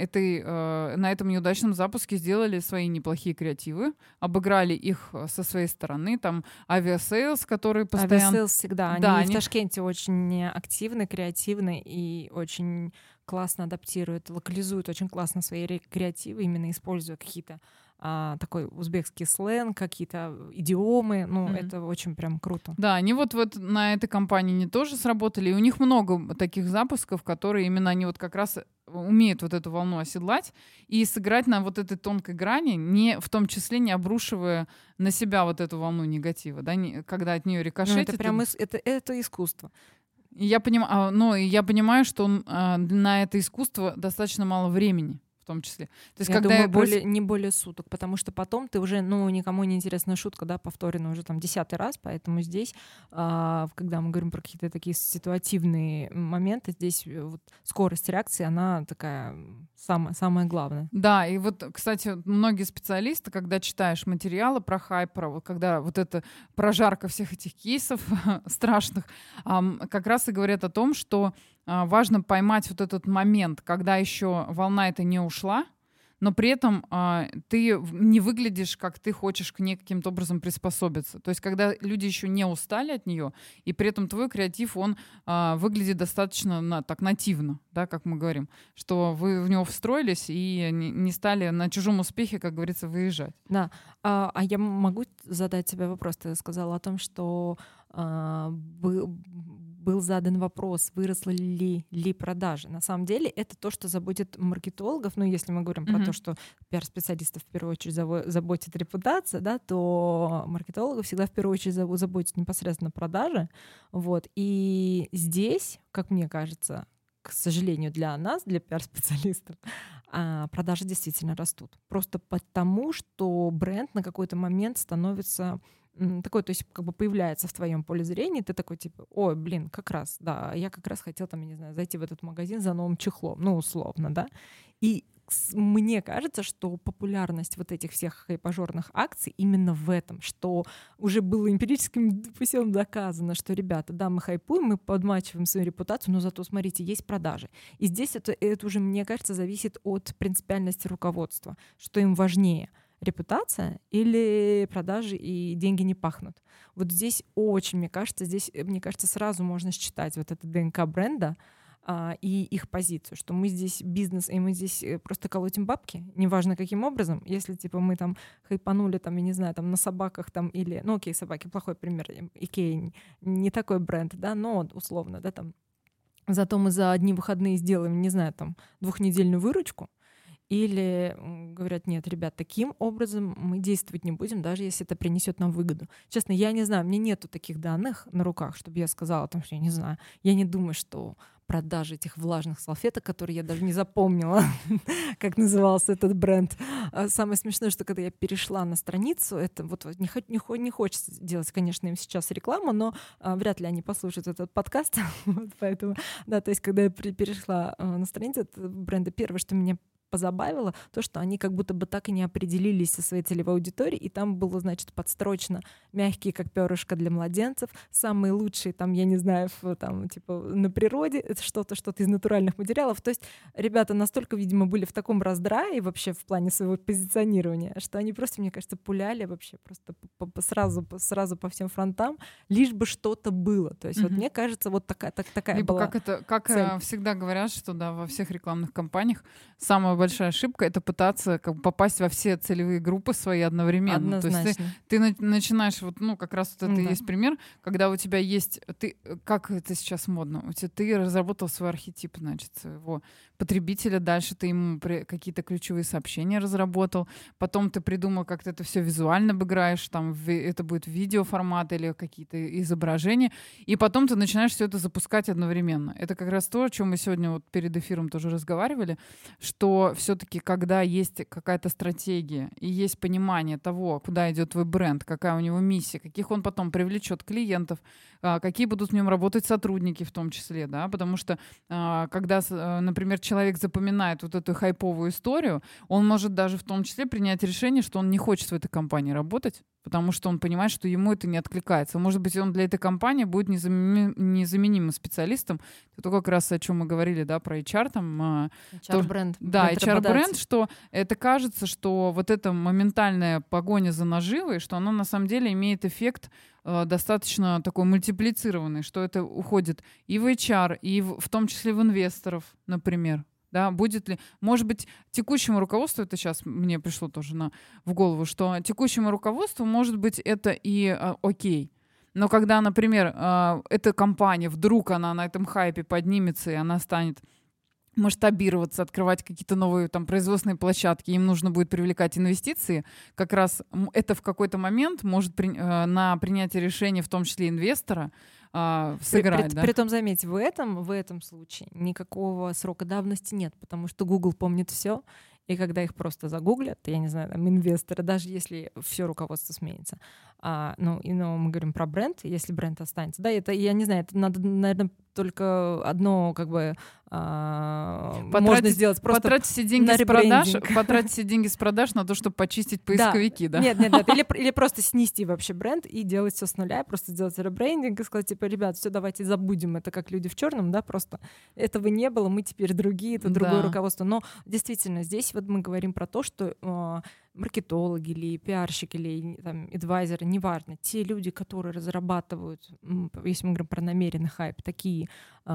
этом неудачном запуске сделали свои неплохие креативы, обыграли их со своей стороны. Там Aviasales, которые постоянно... Aviasales всегда. Да, они в Ташкенте очень активны, креативны и очень классно адаптируют, локализуют очень классно свои креативы, именно используя какие-то такой узбекский сленг, какие-то идиомы. Ну, это очень прям круто. Да, они вот на этой компании они тоже сработали, и у них много таких запусков, которые именно они вот как раз умеют вот эту волну оседлать и сыграть на вот этой тонкой грани, в том числе не обрушивая на себя вот эту волну негатива, да, когда от нее рикошетит. Это прям это искусство. Я понимаю, что на это искусство достаточно мало времени. В том числе. То есть, я думаю, не более суток, потому что потом ты уже, никому не интересная шутка, да, повторена уже там 10-й раз, поэтому здесь, когда мы говорим про какие-то такие ситуативные моменты, здесь вот скорость реакции, она такая самое главное. Да, и вот, кстати, многие специалисты, когда читаешь материалы про хайп, когда вот эта прожарка всех этих кейсов страшных, как раз и говорят о том, что важно поймать вот этот момент, когда еще волна эта не ушла, но при этом ты не выглядишь, как ты хочешь к ней каким-то образом приспособиться. То есть когда люди еще не устали от нее, и при этом твой креатив, он выглядит достаточно так нативно, да, как мы говорим, что вы в него встроились и не стали на чужом успехе, как говорится, выезжать. Да. А я могу задать тебе вопрос? Ты сказала о том, что был задан вопрос, выросли ли продажи. На самом деле это то, что заботит маркетологов. Ну, если мы говорим про то, что пиар-специалистов в первую очередь заботит репутация, да, то маркетологов всегда в первую очередь заботит непосредственно продажи. Вот. И здесь, как мне кажется, к сожалению для нас, для пиар-специалистов, продажи действительно растут. Просто потому, что бренд на какой-то момент становится такое, то есть как бы появляется в твоем поле зрения, ты такой типа, ой, блин, как раз, да, я как раз хотел там, я не знаю, зайти в этот магазин за новым чехлом, ну, условно, да. И мне кажется, что популярность вот этих всех хайпажорных акций именно в этом, что уже было эмпирическим путем доказано, что, ребята, да, мы хайпуем, мы подмачиваем свою репутацию, но зато, смотрите, есть продажи. И здесь это уже, мне кажется, зависит от принципиальности руководства, что им важнее — репутация или продажи и деньги не пахнут. Вот здесь очень, мне кажется, сразу можно считать вот это ДНК бренда и их позицию, что мы здесь бизнес, и мы здесь просто колотим бабки, неважно каким образом. Если, типа, мы там хайпанули, там, я не знаю, там, на собаках, там, или... Ну, окей, собаки — плохой пример. Икея не такой бренд, да, но условно, да, там. Зато мы за одни выходные сделаем, не знаю, там, 2-недельную выручку. Или говорят, нет, ребят, таким образом мы действовать не будем, даже если это принесет нам выгоду. Честно, я не знаю, мне нету таких данных на руках, чтобы я сказала, там, что я не знаю. Я не думаю, что продажи этих влажных салфеток, которые я даже не запомнила, как назывался этот бренд. Самое смешное, что когда я перешла на страницу, это вот не хочется делать, конечно, им сейчас рекламу, но вряд ли они послушают этот подкаст. Вот поэтому, да, то есть когда я перешла на страницу этого бренда, первое, что меня позабавило, то, что они как будто бы так и не определились со своей целевой аудиторией, и там было, значит, подстрочно мягкие, как перышко для младенцев, самые лучшие, там, я не знаю, там, типа, на природе, это что-то из натуральных материалов. То есть ребята настолько, видимо, были в таком раздрае вообще в плане своего позиционирования, что они просто, мне кажется, пуляли вообще просто сразу по всем фронтам, лишь бы что-то было. То есть вот мне кажется, вот такая либо была как всегда говорят, что да, во всех рекламных кампаниях самая большая ошибка — это пытаться как бы попасть во все целевые группы свои одновременно. Однозначно. То есть ты начинаешь, вот, ну, как раз вот это и есть пример, когда у тебя есть, как это сейчас модно, ты разработал свой архетип, значит, своего потребителя, дальше ты ему какие-то ключевые сообщения разработал, потом ты придумал, как ты это все визуально обыграешь, там, это будет видеоформат или какие-то изображения, и потом ты начинаешь все это запускать одновременно. Это как раз то, о чем мы сегодня вот перед эфиром тоже разговаривали, что все-таки, когда есть какая-то стратегия и есть понимание того, куда идет твой бренд, какая у него миссия, каких он потом привлечет клиентов, какие будут в нем работать сотрудники в том числе, да, потому что когда, например, человек запоминает вот эту хайповую историю, он может даже в том числе принять решение, что он не хочет в этой компании работать, потому что он понимает, что ему это не откликается. Может быть, он для этой компании будет незаменимым специалистом. Это как раз о чем мы говорили, да, про HR там. HR-бренд. Да, HR-бренд, что это кажется, что вот эта моментальная погоня за наживой, что она на самом деле имеет эффект достаточно такой мультиплицированный, что это уходит и в HR, и в том числе в инвесторов, например. Да, будет ли, может быть, текущему руководству, это сейчас мне пришло тоже в голову, что текущему руководству, может быть, это и окей. Но когда, например, эта компания, вдруг она на этом хайпе поднимется, и она станет масштабироваться, открывать какие-то новые там производственные площадки, им нужно будет привлекать инвестиции, как раз это в какой-то момент может на принятие решения, в том числе инвестора, сыграть. Да? Притом, заметь, в этом случае никакого срока давности нет, потому что Google помнит все, и когда их просто загуглят, я не знаю, там, инвесторы, даже если все руководство сменится, но мы говорим про бренд, если бренд останется, да, это, я не знаю, это надо, наверное, только одно, как бы, можно сделать просто потратить все деньги с продаж на то, чтобы почистить поисковики, да? Нет, или просто снести вообще бренд и делать все с нуля, просто сделать ребрендинг и сказать, типа, ребят, все, давайте забудем, это как люди в черном, да, просто этого не было, мы теперь другие, это другое руководство. Но действительно, здесь вот мы говорим про то, что маркетологи или пиарщики или там эдвайзеры, неважно, те люди, которые разрабатывают, если мы говорим про намеренный хайп, такие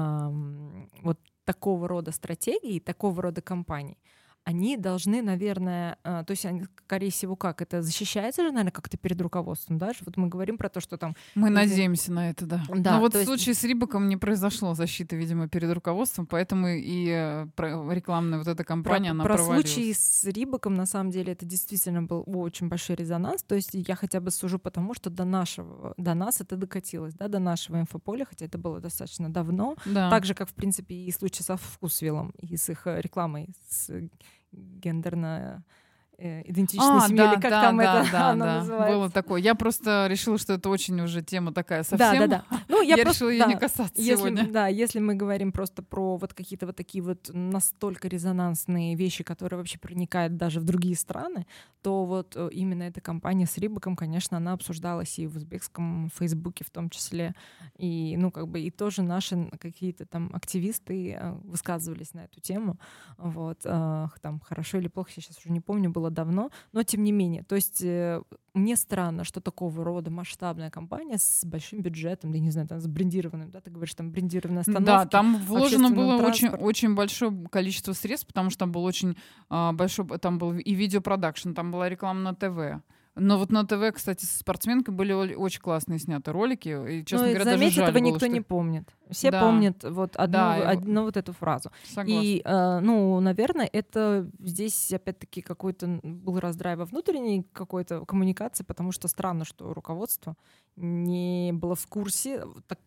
вот такого рода стратегии, такого рода компаний, они должны, наверное, то есть они, скорее всего, как это защищается же, наверное, как-то перед руководством, да? Вот мы говорим про то, что там... Мы надеемся на это, да. Но вот в случае с Рибаком не произошло защиты, видимо, перед руководством, поэтому и рекламная вот эта кампания, она провалилась. Про случай с Рибаком, на самом деле, это действительно был очень большой резонанс, то есть я хотя бы сужу потому, что до нас это докатилось, да, до нашего инфополя, хотя это было достаточно давно, так же, как, в принципе, и случай со Вкусвиллом, и с их рекламой, с гендерно идентичной семьи, или как там это оно называется. Было такое. Я просто решила, что это очень уже тема такая совсем. Да. Ну, я решила ее не касаться сегодня. Да, если мы говорим просто про вот какие-то вот такие вот настолько резонансные вещи, которые вообще проникают даже в другие страны, то вот именно эта компания с Рибаком, конечно, она обсуждалась и в узбекском Фейсбуке в том числе, и, ну, как бы, и тоже наши какие-то там активисты высказывались на эту тему, вот, там, хорошо или плохо, я сейчас уже не помню, было давно, но тем не менее, то есть мне странно, что такого рода масштабная компания с большим бюджетом, да, не знаю, там, с брендированным, да, ты говоришь, там, брендированная остановка. Да, там вложено было очень большое количество средств, потому что там был очень большой, там был и видеопродакшн, там была реклама на ТВ. Но вот на ТВ, кстати, со спортсменкой были очень классные сняты ролики. И, честно говоря, заметь, даже жаль этого было, никто не помнит. Все помнят вот одну вот эту фразу. Согласна. И, ну, наверное, это здесь, опять-таки, какой-то был раздрай во внутренней какой-то коммуникации, потому что странно, что руководство не было в курсе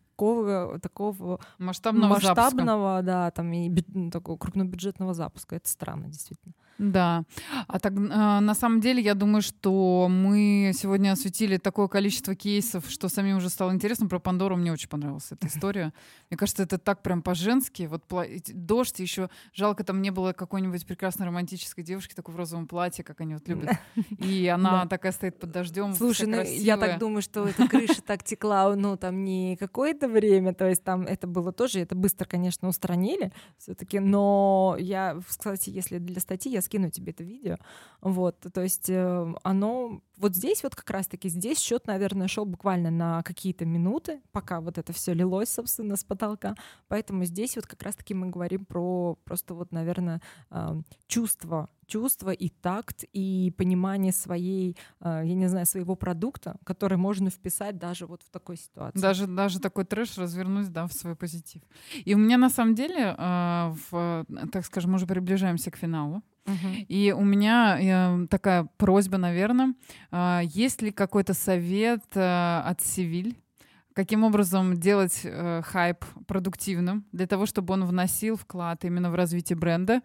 такого масштабного, да, там и такого крупнобюджетного запуска. Это странно, действительно. Да. А так, на самом деле, я думаю, что мы сегодня осветили такое количество кейсов, что самим уже стало интересно. Про Пандору мне очень понравилась эта история. Мне кажется, это так прям по-женски. Вот дождь, еще жалко, там не было какой-нибудь прекрасной романтической девушки, такой в розовом платье, как они вот любят. И она такая стоит под дождем. Слушай, ну я так думаю, что эта крыша так текла, ну там не какое-то время, то есть там это было тоже, это быстро, конечно, устранили все-таки, но я, кстати, если для статьи, я скину тебе это видео, вот, то есть оно вот здесь вот как раз-таки здесь счет, наверное, шел буквально на какие-то минуты, пока вот это все лилось, собственно, с потолка, поэтому здесь вот как раз-таки мы говорим про просто вот, наверное, чувство и такт, и понимание своей, я не знаю, своего продукта, который можно вписать даже вот в такой ситуации. Даже такой трэш развернуть, да, в свой позитив. И у меня на самом деле, так скажем, мы уже приближаемся к финалу. И у меня такая просьба, наверное, есть ли какой-то совет от Севиль, каким образом делать хайп продуктивным для того, чтобы он вносил вклад именно в развитие бренда?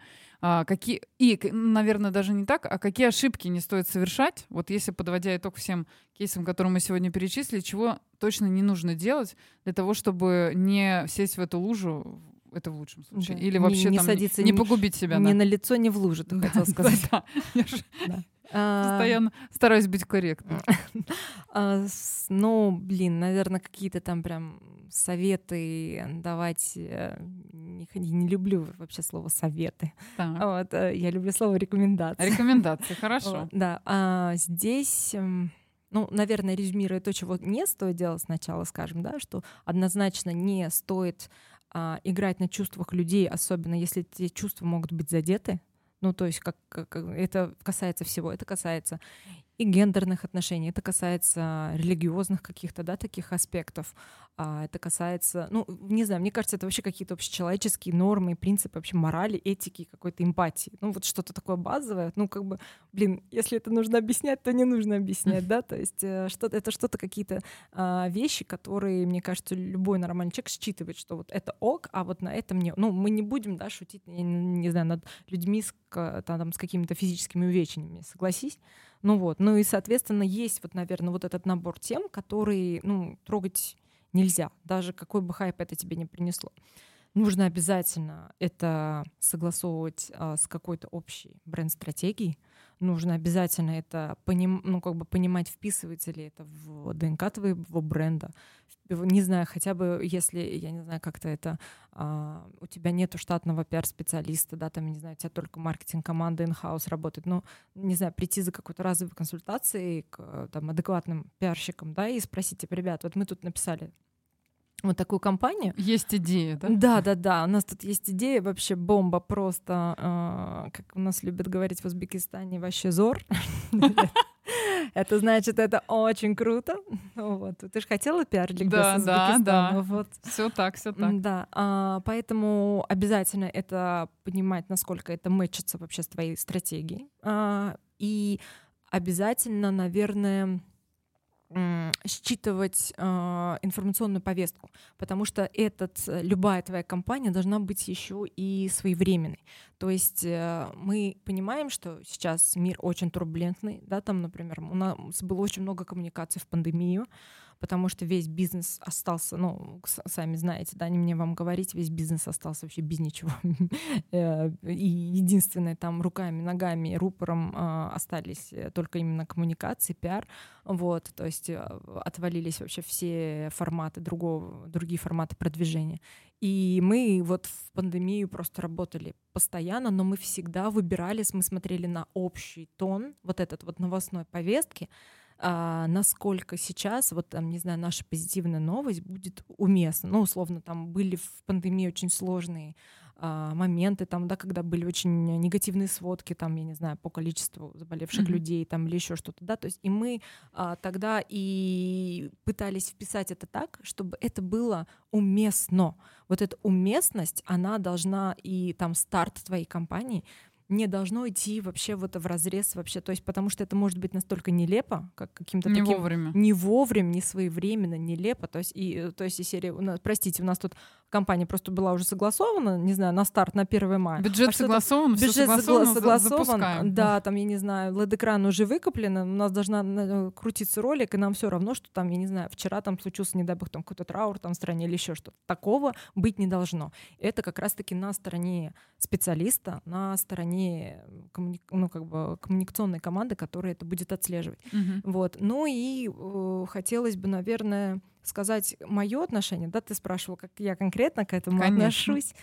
Наверное, даже не так, а какие ошибки не стоит совершать? Вот если, подводя итог всем кейсам, которые мы сегодня перечислили, чего точно не нужно делать для того, чтобы не сесть в эту лужу, это в лучшем случае. Да. Или вообще не погубить себя. Ни на лицо, ни в лужу, ты хотел сказать. Постоянно стараюсь быть корректной. Ну, блин, наверное, какие-то там прям советы давать. Не люблю вообще слово «советы». Вот, я люблю слово «рекомендации». Рекомендации, хорошо. Да, здесь... Ну, наверное, резюмируя то, чего не стоит делать сначала, скажем, да, что однозначно не стоит играть на чувствах людей, особенно если эти чувства могут быть задеты. Ну, то есть как это касается всего. Это касается и гендерных отношений, это касается религиозных каких-то, да, таких аспектов. Это касается, ну, не знаю, мне кажется, это вообще какие-то общечеловеческие нормы, принципы вообще морали, этики, какой-то эмпатии. Ну, вот что-то такое базовое. Ну, как бы, блин, если это нужно объяснять, то не нужно объяснять, да, то есть это что-то, какие-то вещи, которые, мне кажется, любой нормальный человек считывает, что вот это ок, а вот на этом не... Ну, мы не будем, да, шутить, я не знаю, над людьми с какими-то физическими увечьями, согласись? Ну вот, ну и, соответственно, есть вот, наверное, вот этот набор тем, которые, ну, трогать нельзя, даже какой бы хайп это тебе не принесло. Нужно обязательно это согласовывать с какой-то общей бренд-стратегией. Нужно обязательно это понимать, вписывается ли это в ДНК твоего бренда. Не знаю, хотя бы если, я не знаю, как-то это у тебя нету штатного пиар-специалиста, да, там, не знаю, у тебя только маркетинг-команда in-house работает, ну, не знаю, прийти за какой-то разовой консультацией к там, адекватным пиарщикам, да, и спросить, типа, ребят, вот мы тут написали вот такую компанию. Есть идея, да? Да. У нас тут есть идея, вообще бомба просто, как у нас любят говорить в Узбекистане, вообще зор. Это значит, это очень круто. Вот. Ты же хотела пиар Ликбез Узбекистана? Да. Вот. Все так. Да, поэтому обязательно это понимать, насколько это мэчится вообще с твоей стратегией. И обязательно, наверное, считывать информационную повестку, потому что любая твоя кампания должна быть еще и своевременной. То есть мы понимаем, что сейчас мир очень турбулентный, да, там, например, у нас было очень много коммуникаций в пандемию, потому что весь бизнес остался, сами знаете, да, не мне вам говорить, весь бизнес остался вообще без ничего. И единственное, там руками, ногами, рупором остались только именно коммуникации, пиар. Вот, то есть отвалились вообще все форматы, другие форматы продвижения. И мы вот в пандемию просто работали постоянно, но мы всегда выбирались, мы смотрели на общий тон вот этот вот новостной повестки, насколько сейчас, вот там, не знаю, наша позитивная новость будет уместна. Условно, там были в пандемии очень сложные моменты, там, да, когда были очень негативные сводки, там, я не знаю, по количеству заболевших людей, там, или еще что-то, да, то есть и мы тогда и пытались вписать это так, чтобы это было уместно. Вот эта уместность, она должна, и там старт твоей кампании не должно идти вообще вот вразрез вообще, то есть потому что это может быть настолько нелепо, как каким-то не таким... Вовремя. Не вовремя, не своевременно, нелепо, то есть и серия, простите, у нас тут компания просто была уже согласована, не знаю, на старт, на 1 мая. Бюджет согласован, все согласовано, запускаем. Да, там, я не знаю, LED-экран уже выкуплен, у нас должна крутиться ролик, и нам все равно, что там, я не знаю, вчера там случился, не дай бог, там какой-то траур там в стране или еще что-то. Такого быть не должно. Это как раз-таки на стороне специалиста, на стороне коммуникационной команды, которая это будет отслеживать. Вот. Ну и хотелось бы, наверное, сказать мое отношение. Да, ты спрашивала, как я конкретно к этому отношусь.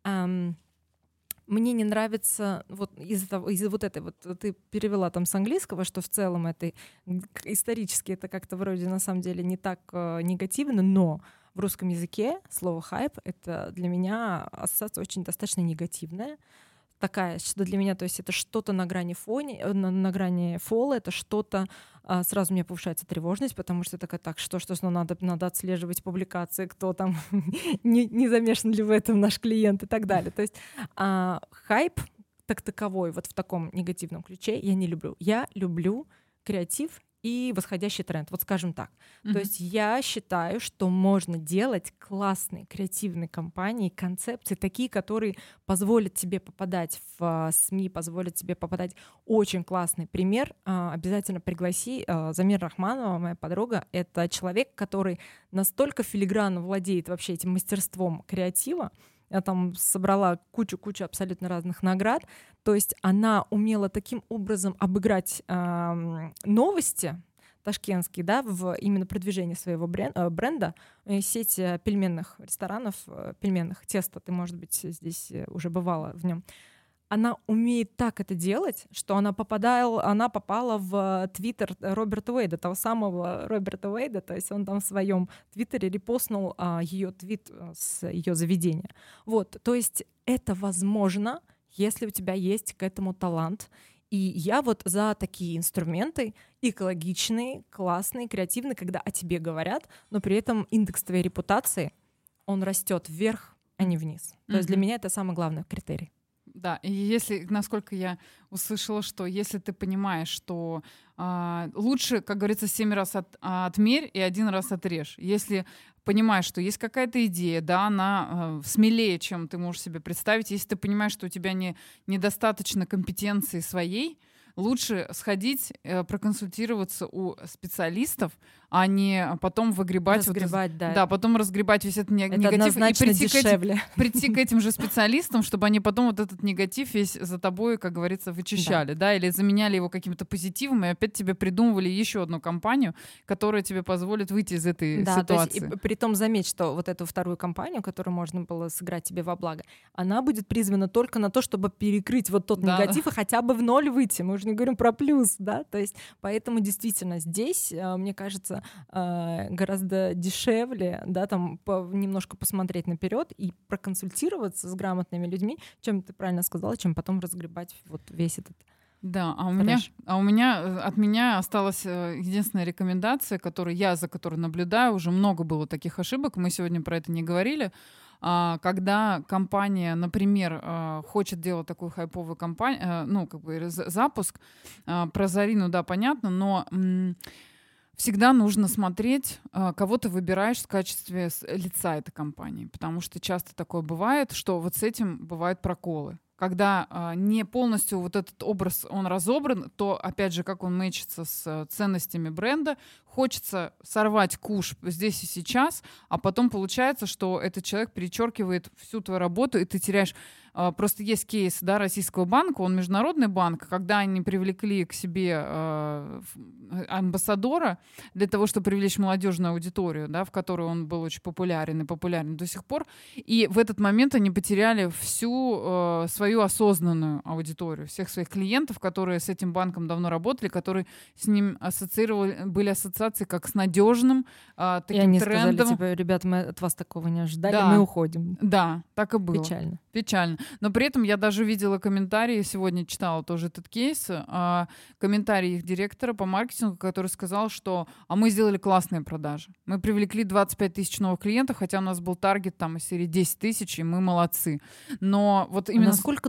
Мне не нравится вот из-за вот этой вот, ты перевела там с английского, что в целом это исторически это как-то вроде на самом деле не так негативно, но в русском языке слово «хайп» — это для меня ассоциация очень достаточно негативная. Такая, что для меня, то есть это что-то на грани на грани фола, это что-то, сразу у меня повышается тревожность, потому что такая, так, что надо отслеживать публикации, кто там, не замешан ли в этом наш клиент и так далее. То есть хайп так таковой, вот в таком негативном ключе я не люблю. Я люблю креатив и восходящий тренд, вот скажем так. То есть я считаю, что можно делать классные креативные кампании, концепции, такие, которые позволят тебе попадать в СМИ, позволят тебе попадать. Очень классный пример. Обязательно пригласи Замира Рахманова, моя подруга. Это человек, который настолько филигранно владеет вообще этим мастерством креатива. Я там собрала кучу абсолютно разных наград. То есть она умела таким образом обыграть новости ташкентские, да, в именно продвижении своего бренда. Сеть пельменных ресторанов, пельменных, тесто, ты, может быть, здесь уже бывала в нем. Она умеет так это делать, что она попала в твиттер Роберта Уэйда, того самого Роберта Уэйда, то есть он там в своем твиттере репостнул ее твит с ее заведения. Вот, то есть это возможно, если у тебя есть к этому талант. И я вот за такие инструменты экологичные, классные, креативные, когда о тебе говорят, но при этом индекс твоей репутации, он растет вверх, а не вниз. То есть для меня это самый главный критерий. Да, и если, насколько я услышала, что если ты понимаешь, что лучше, как говорится, 7 раз отмерь и 1 раз отрежь. Если понимаешь, что есть какая-то идея, да, она смелее, чем ты можешь себе представить, если ты понимаешь, что у тебя недостаточно компетенции своей, лучше сходить, проконсультироваться у специалистов, а не потом выгребать... Да, потом разгребать весь этот негатив. Однозначно И дешевле. прийти к этим же специалистам, чтобы они потом вот этот негатив весь за тобой, как говорится, вычищали, да, или заменяли его каким-то позитивом, и опять тебе придумывали еще одну компанию, которая тебе позволит выйти из этой ситуации. То есть, и притом заметь, что вот эту вторую компанию, которую можно было сыграть тебе во благо, она будет призвана только на то, чтобы перекрыть вот тот негатив и хотя бы в ноль выйти. Мы уже не говорим про плюс, да, то есть поэтому действительно здесь, мне кажется, гораздо дешевле, да, там немножко посмотреть наперед и проконсультироваться с грамотными людьми, чем ты правильно сказала, чем потом разгребать вот весь этот. Да, у меня от меня осталась единственная рекомендация, за которой наблюдаю, уже много было таких ошибок, мы сегодня про это не говорили. Когда компания, например, хочет делать такую хайповую запуск, про Зарину, да, понятно, но всегда нужно смотреть, кого ты выбираешь в качестве лица этой компании, потому что часто такое бывает, что вот с этим бывают проколы. Когда не полностью вот этот образ, он разобран, то, опять же, как он мэчится с ценностями бренда, хочется сорвать куш здесь и сейчас, а потом получается, что этот человек перечеркивает всю твою работу, и ты теряешь. Просто есть кейс, да, российского банка, он международный банк, когда они привлекли к себе амбассадора для того, чтобы привлечь молодежную аудиторию, да, в которой он был очень популярен и популярен до сих пор, и в этот момент они потеряли всю свою осознанную аудиторию, всех своих клиентов, которые с этим банком давно работали, которые с ним были ассоциации как с надежным таким и они трендом. сказали, типа, ребят, мы от вас такого не ожидали, Да. мы уходим. Да, так и было. Печально. Но при этом я даже видела комментарии, сегодня читала тоже этот кейс, комментарий их директора по маркетингу, который сказал, что мы сделали классные продажи. Мы привлекли 25 тысяч новых клиентов, хотя у нас был таргет там из серии 10 тысяч, и мы молодцы. Но вот именно... насколько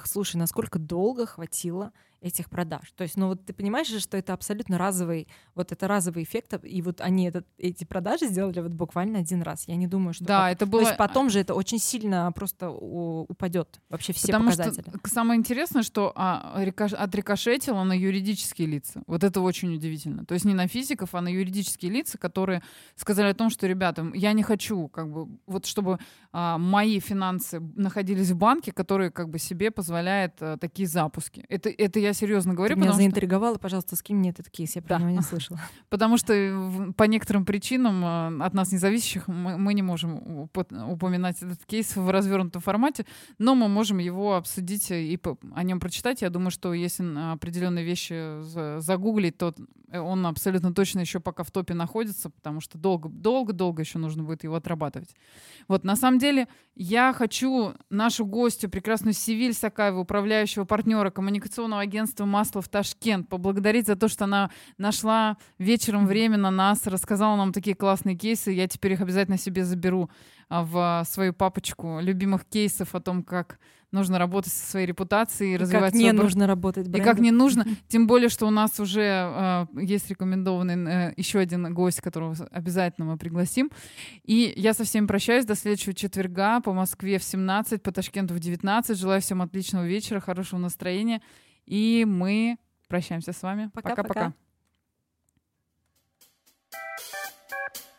долго хватило этих продаж? То есть, ну вот ты понимаешь же, что это абсолютно разовый эффект, и вот они эти продажи сделали вот буквально один раз. Я не думаю, что... Да, это было... То есть потом же это очень сильно просто упадет вообще все Потому показатели. Что самое интересное, что отрикошетило на юридические лица. Вот это очень удивительно. То есть не на физиков, а на юридические лица, которые сказали о том, что, ребята, я не хочу, как бы, вот чтобы мои финансы находились в банке, который как бы себе позволяет такие запуски. Это я серьезно говорю. Ты меня заинтриговала, пожалуйста, скинь мне этот кейс, я про него не слышала. Потому что по некоторым причинам от нас независящих мы не можем упоминать этот кейс в развернутом формате, но мы можем его обсудить и о нем прочитать. Я думаю, что если определенные вещи загуглить, то он абсолютно точно еще пока в топе находится, потому что долго-долго еще нужно будет его отрабатывать. Вот, на самом деле, я хочу нашу гостью, прекрасную Севиль Сакаеву, управляющего партнера коммуникационного агентства «Маслов Ташкент», поблагодарить за то, что она нашла вечером время на нас, рассказала нам такие классные кейсы. Я теперь их обязательно себе заберу в свою папочку любимых кейсов о том, как нужно работать со своей репутацией, развивать свой бренд. Как не нужно работать брендом. И как не нужно. Тем более, что у нас уже есть рекомендованный еще один гость, которого обязательно мы пригласим. И я со всеми прощаюсь до следующего четверга по Москве в 17, по Ташкенту в 19. Желаю всем отличного вечера, хорошего настроения. И мы прощаемся с вами. Пока-пока.